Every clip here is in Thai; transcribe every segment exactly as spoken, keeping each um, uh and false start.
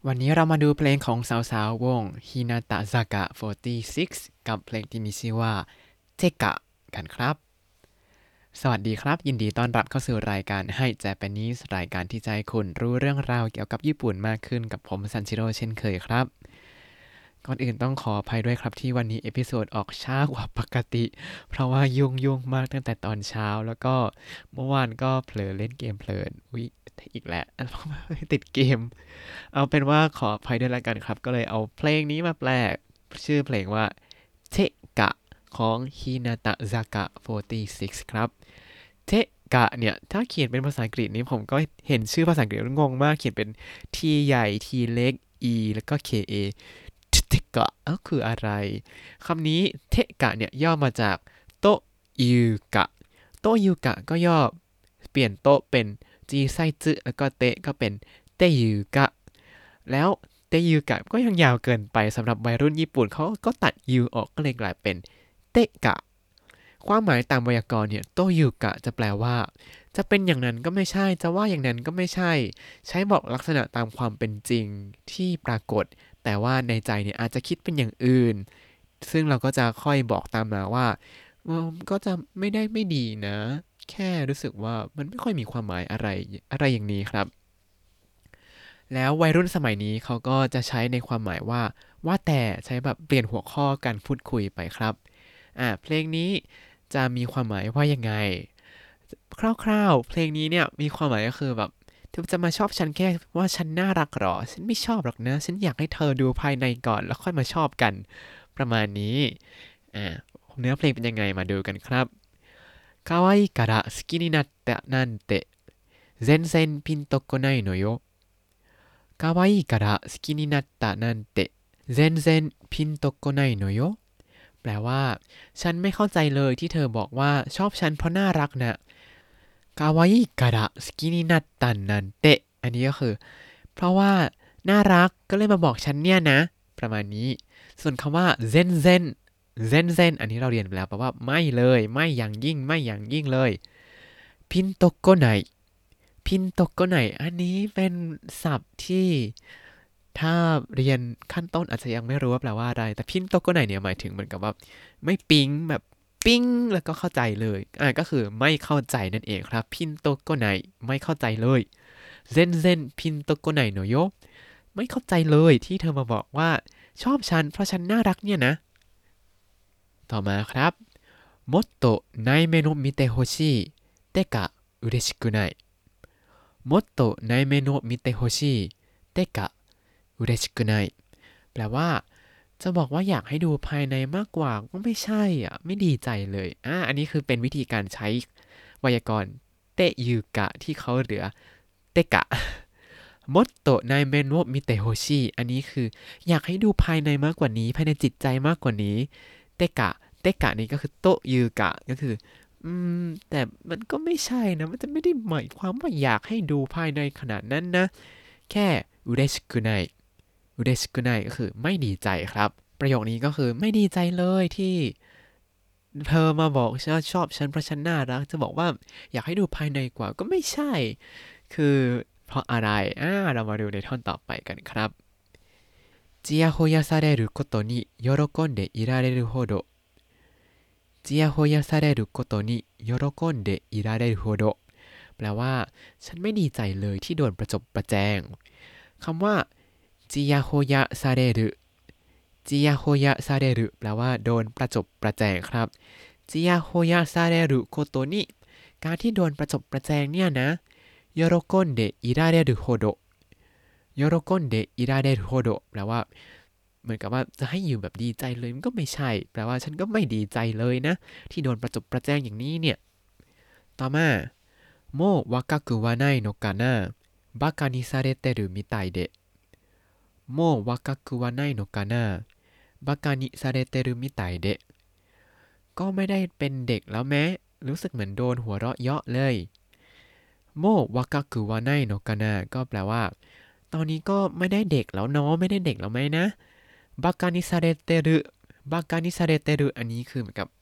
วันนี้เรามาดูเพลงของสาวๆวง Hinata Saga สี่สิบหก กับเพลงที่มีชื่อว่าเทกะกันครับสวัสดีครับยินดีต้อนรับเข้าสู่รายการให้ Japanese รายการที่จะให้คุณรู้เรื่องราวเกี่ยวกับญี่ปุ่นมากขึ้นกับผมซันชิโร่เช่นเคยครับก่อนอื่นต้องขออภัยด้วยครับที่วันนี้เอพิโซดออกช้ากว่าปกติเพราะว่ายุ่งยุ่งมากตั้งแต่ตอนเช้าแล้วก็เมื่อวานก็เผลอเล่นเกมเพลินอุ๊ยอีกแล้วติดเกม เอาเป็นว่าขออภัยด้วยละกันครับก็เลยเอาเพลงนี้มาแปลชื่อเพลงว่าเทกะของฮินาตะซากะสี่สิบหกครับเทกะเนี่ยถ้าเขียนเป็นภาษาอังกฤษนี้ผมก็เห็นชื่อภาษาอังกฤษแล้วงงมากเขียนเป็น T ใหญ่ T เล็ก E แล้วก็ เค เอ เทกะก็คืออะไรคำนี้เทกะเนี่ยย่อมาจากโตยูกะโตยูกะก็ย่อเปลี่ยนโตเป็นจีไซจึแล้วก็เตะก็เป็นเตยูกะ แล้วเตยูกะก็ยังยาวเกินไปสำหรับวัยรุ่นญี่ปุ่นเขาก็ตัดยูออกก็เลยกลายเป็นเตกะความหมายตามไวยากรณ์เนี่ยโตยูกะจะแปลว่าจะเป็นอย่างนั้นก็ไม่ใช่จะว่าอย่างนั้นก็ไม่ใช่ใช้บอกลักษณะตามความเป็นจริงที่ปรากฏแต่ว่าในใจเนี่ยอาจจะคิดเป็นอย่างอื่นซึ่งเราก็จะค่อยบอกตามมาว่าก็จะไม่ได้ไม่ดีนะแค่รู้สึกว่ามันไม่ค่อยมีความหมายอะไรอะไรอย่างนี้ครับ แล้ววัยรุ่นสมัยนี้เขาก็จะใช้ในความหมายว่าว่าแต่ใช้แบบเปลี่ยนหัวข้อการพูดคุยไปครับอ่าเพลงนี้จะมีความหมายว่ายังไงคร่าวๆเพลงนี้เนี่ยมีความหมายก็คือแบบเธอจะมาชอบฉันแค่ว่าฉันน่ารักหรอฉันไม่ชอบหรอกนะฉันอยากให้เธอดูภายในก่อนแล้วค่อยมาชอบกันประมาณนี้อ่าเนื้อเพลงเป็นยังไงมาดูกันครับ可愛いから好きになったなんて全然ピンとこないのよ可愛いから好きになったなんて全然ピンとこないのよแปลว่าฉันไม่เข้าใจเลยที่เธอบอกว่าชอบฉันเพราะน่ารักนะคาวาอิการะสกินินัตตันนันเตะอันนี้ก็คือเพราะว่าน่ารักก็เลยมาบอกฉันเนี่ยนะประมาณนี้ส่วนคำว่าเซนเซนเซนเซนอันนี้เราเรียนไปแล้วแปลว่าไม่เลยไม่อย่างยิ่งไม่อย่างยิ่งเลยพินโตโกไนพินโตโกไนอันนี้เป็นศัพท์ที่ ถ้าเรียนขั้นต้นอาจจะยังไม่รู้ว่าแปลว่าอะไรแต่พินโตโกไนเนี่ยหมายถึงเหมือนกับว่าไม่ปิ๊งแบบปิ๊งแล้วก็เข้าใจเลยอ่าก็คือไม่เข้าใจนั่นเองครับพินโตโกไนไม่เข้าใจเลยเซนเซนพินโตโกไนโนโยไม่เข้าใจเลยที่เธอมาบอกว่าชอบฉันเพราะฉันน่ารักเนี่ยนะต่อมาครับもっと内面を見てほしいてか嬉しくないもっと内面を見てほしいてか嬉しくないแปลว่าจะบอกว่าอยากให้ดูภายในมากกว่าก็ไม่ใช่อ่ะไม่ดีใจเลยอ่าอันนี้คือเป็นวิธีการใช้ไวยากรณ์เตยูกะที่เขาเหลือเตกะมดโตะไนเมโนะมิเตโฮชิอันนี้คืออยากให้ดูภายในมากกว่านี้ภายในจิตใจมากกว่านี้เตกะเตกะนี่ก็คือโตยูกะก็คืออืมแต่มันก็ไม่ใช่นะมันจะไม่ได้หมายความว่าอยากให้ดูภายในขนาดนั้นนะแค่อุเรชิกุไน อุเดชิกุไนก็คือไม่ดีใจครับประโยคนี้ก็คือไม่ดีใจเลยที่เธอมาบอกฉันชอบฉันเพราะฉันน่ารักจะบอกว่าอยากให้ดูภายในกว่าก็ไม่ใช่คือเพราะอะไรอ่าเรามาดูในท่อนต่อไปกันครับちやほやされることに喜んでいられるほどちやほやされることに喜んでいられるほどแปลว่าฉันไม่ดีใจเลยที่โดนประจบประแจงคำว่าจิยาโฮยะซาเรรุจิยาโฮยะซาเรรุแปลว่าโดนประจบประแจงครับจิยาโฮยะซาเรรุโคโตนิการที่โดนประจบประแจงเนี่ยนะโยโรโกนเดอิราเรรุโฮโดโยโรโกนเดอิราเรรุโฮโดแปลว่าเหมือนกับว่าจะให้อยู่แบบดีใจเลยมันก็ไม่ใช่แปลว่าฉันก็ไม่ดีใจเลยนะที่โดนประจบประแจงอย่างนี้เนี่ยต่อมาโมวากากุวาไนโนกานะバカにされてるみたいでもう若くはないのかなバカにされてるみたいでก็ไม่ได้เป็นเด็กแล้วแม้รู้สึกเหมือนโดนหัวเราะเยาะเลยโมวากากุวาไนโนกานะก็แปลว่าตอนนี้ก็ไม่ได้เด็กแล้วเนาะไม่ได้เด็กแล้วไหมนะบากานิซาเรเตรุบากานิซาเรเตรุอันนี้คือเหมือนกับ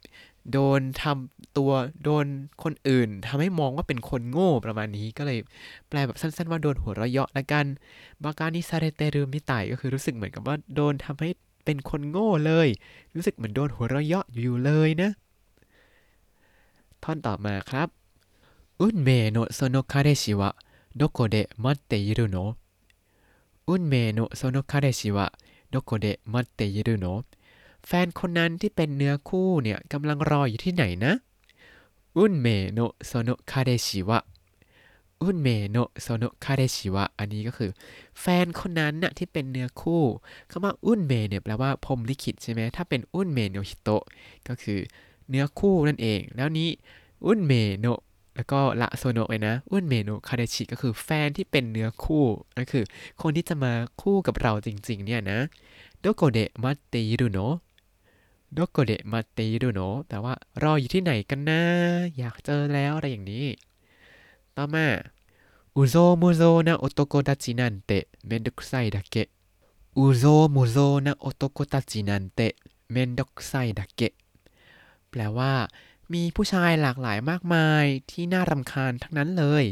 โดนทำตัวโดนคนอื่นทำให้มองว่าเป็นคนโง่ประมาณนี้ก็เลยแปลแบบสั้นๆว่าโดนหัวเราะเยาะละกันบากานิซาเรเตรุมิไตก็คือรู้สึกเหมือนกับว่าโดนทำให้เป็นคนโง่เลยรู้สึกเหมือนโดนหัวเราะเยาะอยู่เลยนะท่อนต่อมาครับอุนเมโนะโซโนะคาเรชิวะโดโกเดะมัตเตยิรุโนะอุนเมโนะโซโนะคาเรชิวะโดโกเดะมัตเตยิรุโนะแฟนคนนั้นที่เป็นเนื้อคู่เนี่ยกำลังรออยู่ที่ไหนนะอุนเมโนะโซโนะคาเรชิวะอุนเมโนะโซโนะคาเรชิวะอันนี้ก็คือแฟนคนนั้นน่ะที่เป็นเนื้อคู่คำว่าอุนเมเนี่ยแปลว่าพรหมลิขิตใช่ไหมถ้าเป็นอุนเมโนะฮิโตะก็คือเนื้อคู่นั่นเองแล้วนี้อุนเมโนะแล้วก็ละโซโนะเลยนะอุนเมโนะคาเรชิก็คือแฟนที่เป็นเนื้อคู่นั่นคือคนที่จะมาคู่กับเราจริงๆเนี่ยนะโดโกเดะมัตเตยิรุโนะโดโกเดะมัตเตยิรุโนะแต่ว่ารออยู่ที่ไหนกันนะอยากเจอแล้วอะไรอย่างนี้ต่อมาอุโซมุโซนะโอโตโกたちなんてめんどくさいだけอุโซมุโซนะโอโตโกたちなんてめんどくさいだけแปลว่ามีผู้ชายหลากหลายมากมายที่น่ารำคาญทั้งนั้นเลย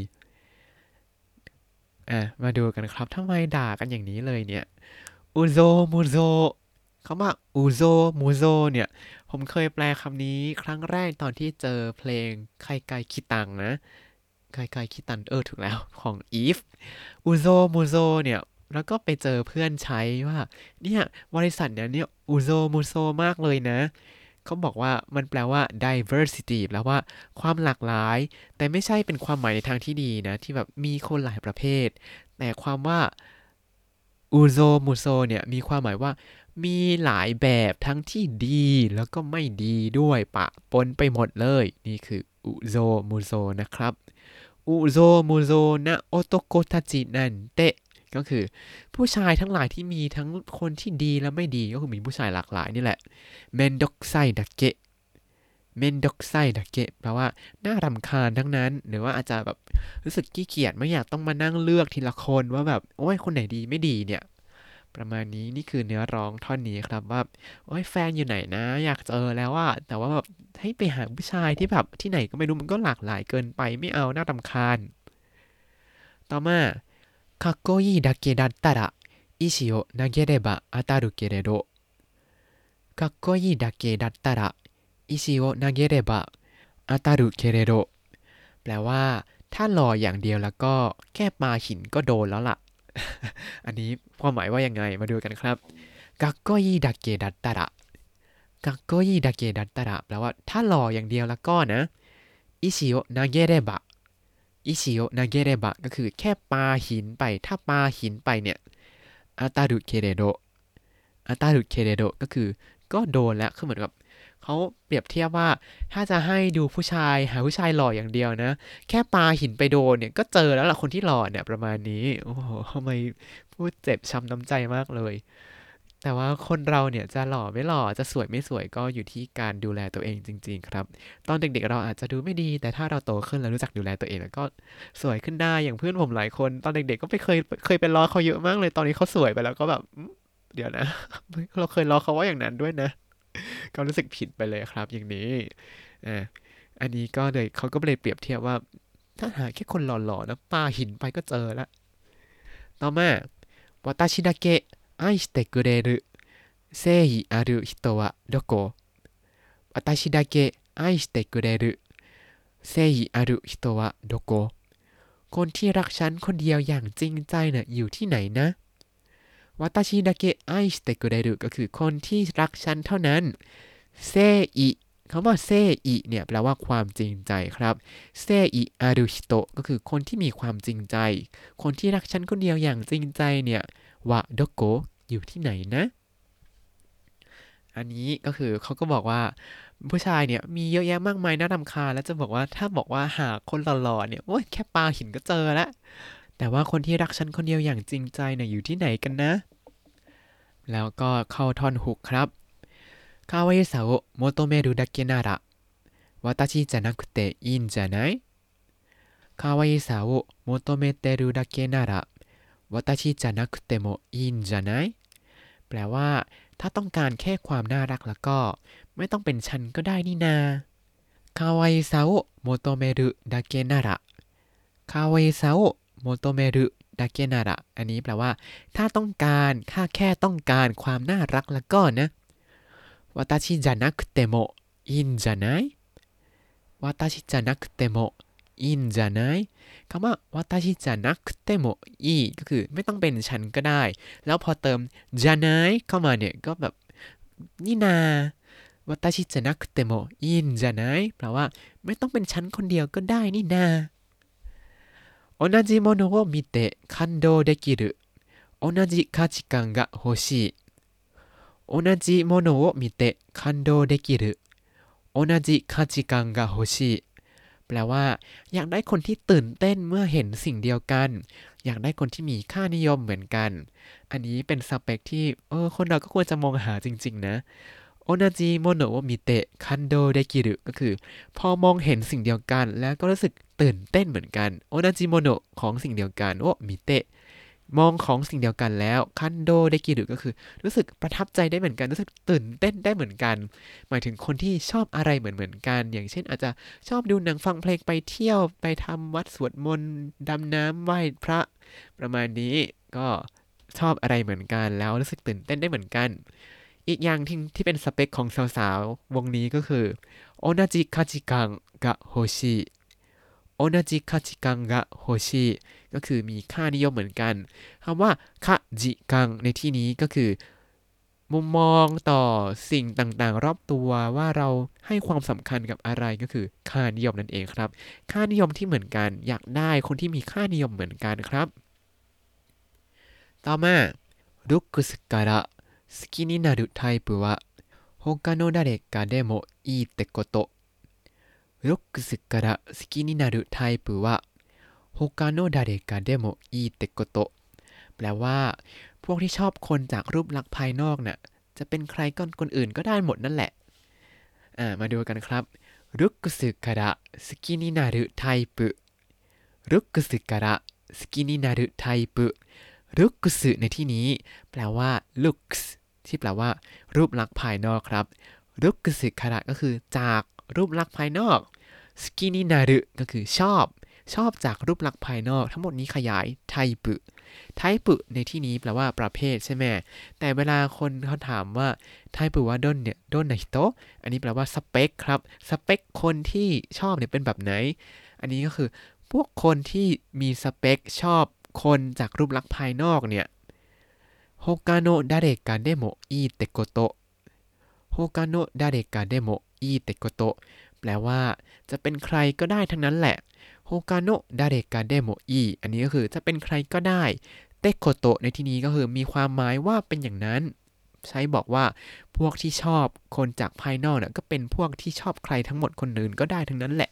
อ่ะมาดูกันครับทำไมด่ากันอย่างนี้เลยเนี่ยอุโซมุโซคำว่าอุโซมุโซเนี่ยผมเคยแปลคำนี้ครั้งแรกตอนที่เจอเพลงไคไกคิตังนะไคไกคิตันเออถูกแล้วของอีฟอุโซมุโซเนี่ยแล้วก็ไปเจอเพื่อนใช้ว่าเนี่ยบริษัทเนี่ยเนี่ยอุโซมุโซมากเลยนะเขาบอกว่ามันแปลว่า diversity แปลว่าความหลากหลายแต่ไม่ใช่เป็นความหมายในทางที่ดีนะที่แบบมีคนหลายประเภทแต่ความว่าอุโซมุโซเนี่ยมีความหมายว่ามีหลายแบบทั้งที่ดีแล้วก็ไม่ดีด้วยปะปนไปหมดเลยนี่คืออุโซมุโซนะครับอุโซมุโซนะโอโตโกทาจินันเตะก็คือผู้ชายทั้งหลายที่มีทั้งคนที่ดีและไม่ดีก็คือมีผู้ชายหลากหลายนี่แหละเมนดอกไซดักเกะเมนดอกไซดักเกะแปลว่าน่ารำคาญทั้งนั้นหรือว่าอาจจะแบบรู้สึกขี้เกียจไม่อยากต้องมานั่งเลือกทีละคนว่าแบบโอ้ยคนไหนดีไม่ดีเนี่ยประมาณนี้นี่คือเนื้อร้องท่อนนี้ครับว่าโอ้ยแฟนอยู่ไหนนะอยากเจอแล้วว่าแต่ว่าแบบให้ไปหาผู้ชายที่แบบที่ไหนก็ไม่รู้มันก็หลากหลายเกินไปไม่เอาน่ารำคาญต่อมาかっこいいだけだったら石を投げれば当たるけれどかっこいいだけだったら石を投げれば当たるけれどแปลว่าถ้าหล่ออย่างเดียวแล้วก็แค่ปาหินก็โดนแล้วล่ะ อันนี้ความหมายว่ายังไงมาดูกันครับかっこいいだけだったらかっこいいだけだったらแปลว่าถ้าหล่ออย่างเดียวแล้วก็นะอิชิโอนาเกเรบะอิชิโอนาเกเรบะก็คือแค่ปาหินไปถ้าปาหินไปเนี่ยอาตารุเคเรโดอาตารุเคเรโดก็คือก็โดนแล้วคือเหมือนกับเขาเปรียบเทียบว่าถ้าจะให้ดูผู้ชายหาผู้ชายหล่ออย่างเดียวนะแค่ปาหินไปโดนเนี่ยก็เจอแล้วล่ะคนที่หล่อเนี่ยประมาณนี้โอ้โหทำไมพูดเจ็บช้ำน้ำใจมากเลยแต่ว่าคนเราเนี่ยจะหล่อไม่หล่อจะสวยไม่สวยก็อยู่ที่การดูแลตัวเองจริงๆครับตอนเด็กๆเราอาจจะดูไม่ดีแต่ถ้าเราโตขึ้นแล้วรู้จักดูแลตัวเองแล้วก็สวยขึ้นได้อย่างเพื่อนผมหลายคนตอนเด็กๆก็ไปเคยเคยเป็นล้อเขาเยอะมากเลยตอนนี้เขาสวยไปแล้วก็แบบเดี๋ยวนะเราเคยล้อเขาว่าอย่างนั้นด้วยนะก็รู้สึกผิดไปเลยครับอย่างนี้อ่าอันนี้ก็เลยเขาก็เลยเปรียบเทียบว่าถ้าหาแค่คนหล่อๆนะปาหินไปก็เจอแล้วต่อมา私だけ愛してくれる誠意ある人はどこ私だけ愛してくれる誠意ある人はどこคนที่รักฉันคนเดียวอย่างจริงใจน่ะอยู่ที่ไหนนะวาตาชิดาเกะไอสเตกุเรรุก็คือคนที่รักฉันเท่านั้นเซอิคำว่าเซอิเนี่ยแปลว่าความจริงใจครับเซอิอารุฮิโตะก็คือคนที่มีความจริงใจคนที่รักฉันคนเดียวอย่างจริงใจเนี่ยวะโดโกอยู่ที่ไหนนะอันนี้ก็คือเขาก็บอกว่าผู้ชายเนี่ยมีเยอะแยะมากมายน่ารำคาญแล้วจะบอกว่าถ้าบอกว่าหาคนหล่อๆเนี่ยโอ้ยแค่ปาหินก็เจอแล้วแต่ว่าคนที่รักฉันคนเดียวอย่างจริงใจเนี่ยอยู่ที่ไหนกันนะแล้วก็เข้าท่อนฮุกครับ可愛さを求めるだけなら私じゃなくていいんじゃない可愛さを求めてるだけなら私じゃなくてもいいんじゃないแปลว่าถ้าต้องการแค่ความน่ารักแล้วก็ไม่ต้องเป็นฉันก็ได้นี่นา可愛さを求めるだけなら可愛さを求めるだけならอันนี้แปลว่าถ้าต้องการถ้าแค่ต้องการความน่ารักแล้วก็นะ私じゃなくてもいいんじゃない私じゃなくてもいいんじゃないคำว่า私じゃなくてもいいก็คือไม่ต้องเป็นฉันก็ได้แล้วพอเติมじゃないเข้ามาเนี่ยก็แบบนี่นา私じゃなくてもいいんじゃないแปลว่าไม่ต้องเป็นฉันคนเดียวก็ได้นี่นา同じものを見て感動できる同じ価値観が欲しい同じものを見て感動できる同じ価値観が欲しいแปลว่าอยากได้คนที่ตื่นเต้นเมื่อเห็นสิ่งเดียวกันอยากได้คนที่มีค่านิยมเหมือนกันอันนี้เป็นสเปคที่เออคนเราก็ควรจะมองหาจริงๆนะโอนาจิโมโนะวะมิเตะคันโดเดกิรุก็คือพอมองเห็นสิ่งเดียวกันแล้วก็รู้สึกตื่นเต้นเหมือนกันโอนาจิโมโนะของสิ่งเดียวกันโอมิเตะมองของสิ่งเดียวกันแล้วคันโดเดกิรุก็คือรู้สึกประทับใจได้เหมือนกันรู้สึกตื่นเต้นได้เหมือนกันหมายถึงคนที่ชอบอะไรเหมือนเหมือนกันอย่างเช่นอาจจะชอบดูหนังฟังเพลงไปเที่ยวไปทำวัดสวดมนต์ดำน้ำไหว้พระประมาณนี้ก็ชอบอะไรเหมือนกันแล้วรู้สึกตื่นเต้นได้เหมือนกันอีกอย่างที่ที่เป็นสเปคของสาวๆวงนี้ก็คือโอนาจิคาจิกังกะโฮชิโอนาจิคาจิกังกะโฮชิก็คือมีค่านิยมเหมือนกันคำว่าคาจิกังในที่นี้ก็คือมุมมองต่อสิ่งต่างๆรอบตัวว่าเราให้ความสำคัญกับอะไรก็คือค่านิยมนั่นเองครับค่านิยมที่เหมือนกันอยากได้คนที่มีค่านิยมเหมือนกันครับต่อมาลุคスから好きになるタイプは他の誰かでもいいってことルックスから好きになるタイプは他の誰かでもいいってことแปลว่าพวกที่ชอบคนจากรูปลักษณ์ภายนอกน่ะจะเป็นใครก็คนอื่นก็ได้หมดนั่นแหละอ่ามาดูกันครับルックスから好きになるタイプルックスから好きになるタイプลุคสึในที่นี้แปลว่า looks ที่แปลว่ารูปลักษณ์ภายนอกครับลุคสึคาระก็คือจากรูปลักษณ์ภายนอกสกินินารุก็คือชอบชอบจากรูปลักษณ์ภายนอกทั้งหมดนี้ขยายไทปุไทปุในที่นี้แปลว่าประเภทใช่ไหมแต่เวลาคนเขาถามว่าไทปุว่าด้นเนี่ยด้นไหนโตอันนี้แปลว่าสเปคครับสเปคคนที่ชอบเนี่ยเป็นแบบไหนอันนี้ก็คือพวกคนที่มีสเปคชอบคนจากรูปลักษณ์ภายนอกเนี่ย他の誰かでもいいってこと他の誰かでもいいってことแปลว่าจะเป็นใครก็ได้ทั้งนั้นแหละ他の誰かでもいいอันนี้ก็คือจะเป็นใครก็ได้เตโกโตในที่นี้ก็คือมีความหมายว่าเป็นอย่างนั้นใช้บอกว่าพวกที่ชอบคนจากภายนอกเนี่ยก็เป็นพวกที่ชอบใครทั้งหมดคนอื่นก็ได้ทั้งนั้นแหละ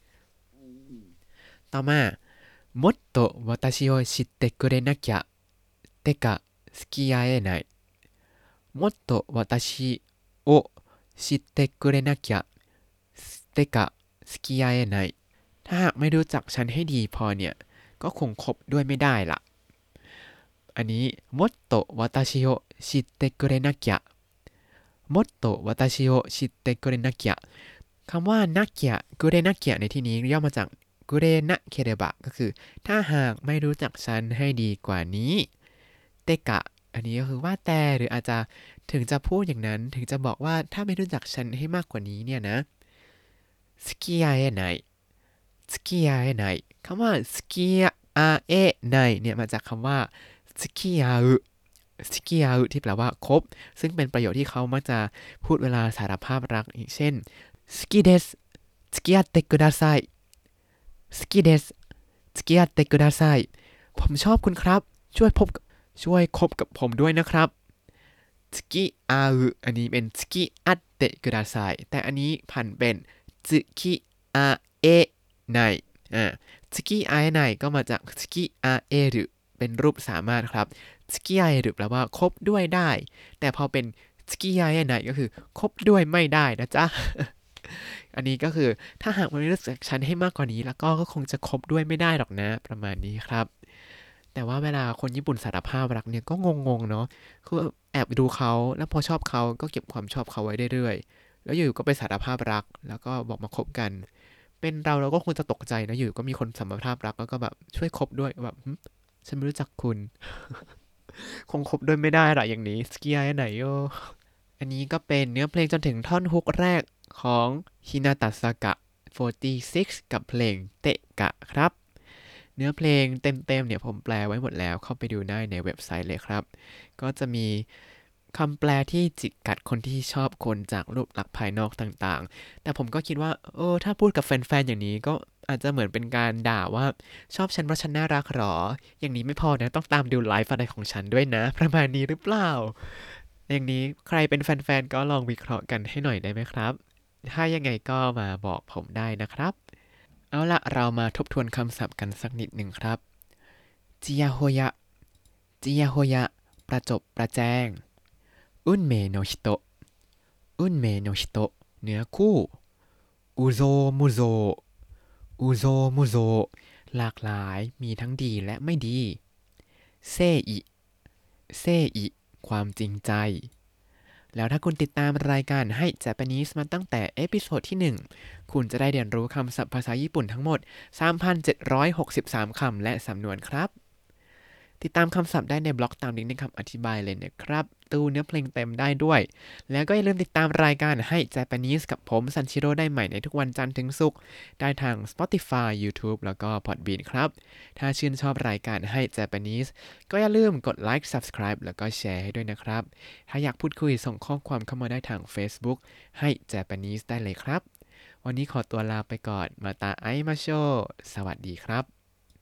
ต่อมาもっと私を知ってくれなきゃてか付き合えないもっと私を知ってくれなきゃてか付き合えないถ้าหากไม่รู้จักฉันให้ดีพอเนี่ยก็คงคบด้วยไม่ได้ละอันนี้もっと私を知ってくれなきゃもっと私を知ってくれなきゃคำว่านักเกียกุเรนักเกียในที่นี้ย่อมาจากกุเรนะเคเรบะก็คือถ้าหากไม่รู้จักฉันให้ดีกว่านี้เตกะอันนี้ก็คือว่าแต่หรืออาจจะถึงจะพูดอย่างนั้นถึงจะบอกว่าถ้าไม่รู้จักฉันให้มากกว่านี้เนี่ยนะสกิอาเอะไนสกิอาเอะไนคำว่าสกิอาเอะไนเนี่ยมาจากคำว่าสกิอาอุสกิอาอุที่แปลว่าคบซึ่งเป็นประโยคที่เขามักจะพูดเวลาสารภาพรักอย่างเช่นสกิเดสสกิอาเตกุดาไซสกิเดสสกิอาเตกุดาไซผมชอบคุณครับช่วยพบช่วยคบกับผมด้วยนะครับสกิอาอุอันนี้เป็นสกิอาเตกุดาไซแต่อันนี้ผันเป็นสกิอาเอะไนอ่าสกิอาเอะไนก็มาจากสกิอาเอรุเป็นรูปสามารถครับสกิอาเอรุแปลว่าคบด้วยได้แต่พอเป็นสกิอาเอะไนก็คือคบด้วยไม่ได้นะจ๊ะ อันนี้ก็คือถ้าหากไม่รู้จักฉันให้มากกว่านี้แล้วก็ก็คงจะคบด้วยไม่ได้หรอกนะประมาณนี้ครับแต่ว่าเวลาคนญี่ปุ่นสารภาพรักเนี่ยก็งงๆเนาะคือแอบดูเขาแล้วพอชอบเขาก็เก็บความชอบเขาไว้เรื่อยแล้วอยู่ก็ไปสารภาพรักแล้วก็บอกมาคบกันเป็นเราเราก็คงจะตกใจนะอยู่ก็มีคนสารภาพรักแล้วก็แบบช่วยคบด้วยแบบหึฉันไม่รู้จักคุณคงคบด้วยไม่ได้หรอกอย่างนี้สกียร์ไหนโยอันนี้ก็เป็นเนื้อเพลงจนถึงท่อนฮุกแรกของฮินาตะซากะสี่สิบหกกับเพลงเตะกะครับเนื้อเพลงเต็มๆเนี่ยผมแปลไว้หมดแล้วเข้าไปดูได้ในเว็บไซต์เลยครับก็จะมีคำแปลที่จิกกัดคนที่ชอบคนจากรูปลักษณ์ภายนอกต่างๆแต่ผมก็คิดว่าเออถ้าพูดกับแฟนๆอย่างนี้ก็อาจจะเหมือนเป็นการด่าว่าชอบฉันเพราะฉันน่ารักหรออย่างนี้ไม่พอนะต้องตามดูไลฟ์อะไรของฉันด้วยนะประมาณนี้หรือเปล่าอย่างนี้ใครเป็นแฟนๆก็ลองวิเคราะห์กันให้หน่อยได้ไหมครับถ้ายังไงก็มาบอกผมได้นะครับเอาละเรามาทบทวนคำศัพท์กันสักนิดหนึ่งครับจิยาโฮยะจิยาโฮยะประจบประแจงอุนเมโนฮิโตะอุนเมโนฮิโตะเนื้อคู่อุโซมุโซอุโซมุโซหลากหลายมีทั้งดีและไม่ดีเซอิเซอิความจริงใจแล้วถ้าคุณติดตามรายการให้ Japanese มาตั้งแต่เอพิโซดที่หนึ่งคุณจะได้เรียนรู้คำศัพท์ภาษาญี่ปุ่นทั้งหมด สามพันเจ็ดร้อยหกสิบสาม คำและสำนวนครับติดตามคำศัพท์ได้ในบล็อกตามลิงก์ในคำอธิบายเลยนะครับดูเนื้อเพลงเต็มได้ด้วยแล้วก็อย่าลืมติดตามรายการให้ Japanese กับผมซันชิโร่ได้ใหม่ในทุกวันจันทร์ถึงศุกร์ได้ทาง Spotify YouTube แล้วก็ Podbean ครับถ้าชื่นชอบรายการให้ Japanese ก็อย่าลืมกดไลค์ Subscribe แล้วก็แชร์ให้ด้วยนะครับถ้าอยากพูดคุยส่งข้อความเข้ามาได้ทาง Facebook ให้ Japanese ได้เลยครับวันนี้ขอตัวลาไปก่อนมาตาไอมาโชสวัสดีครับ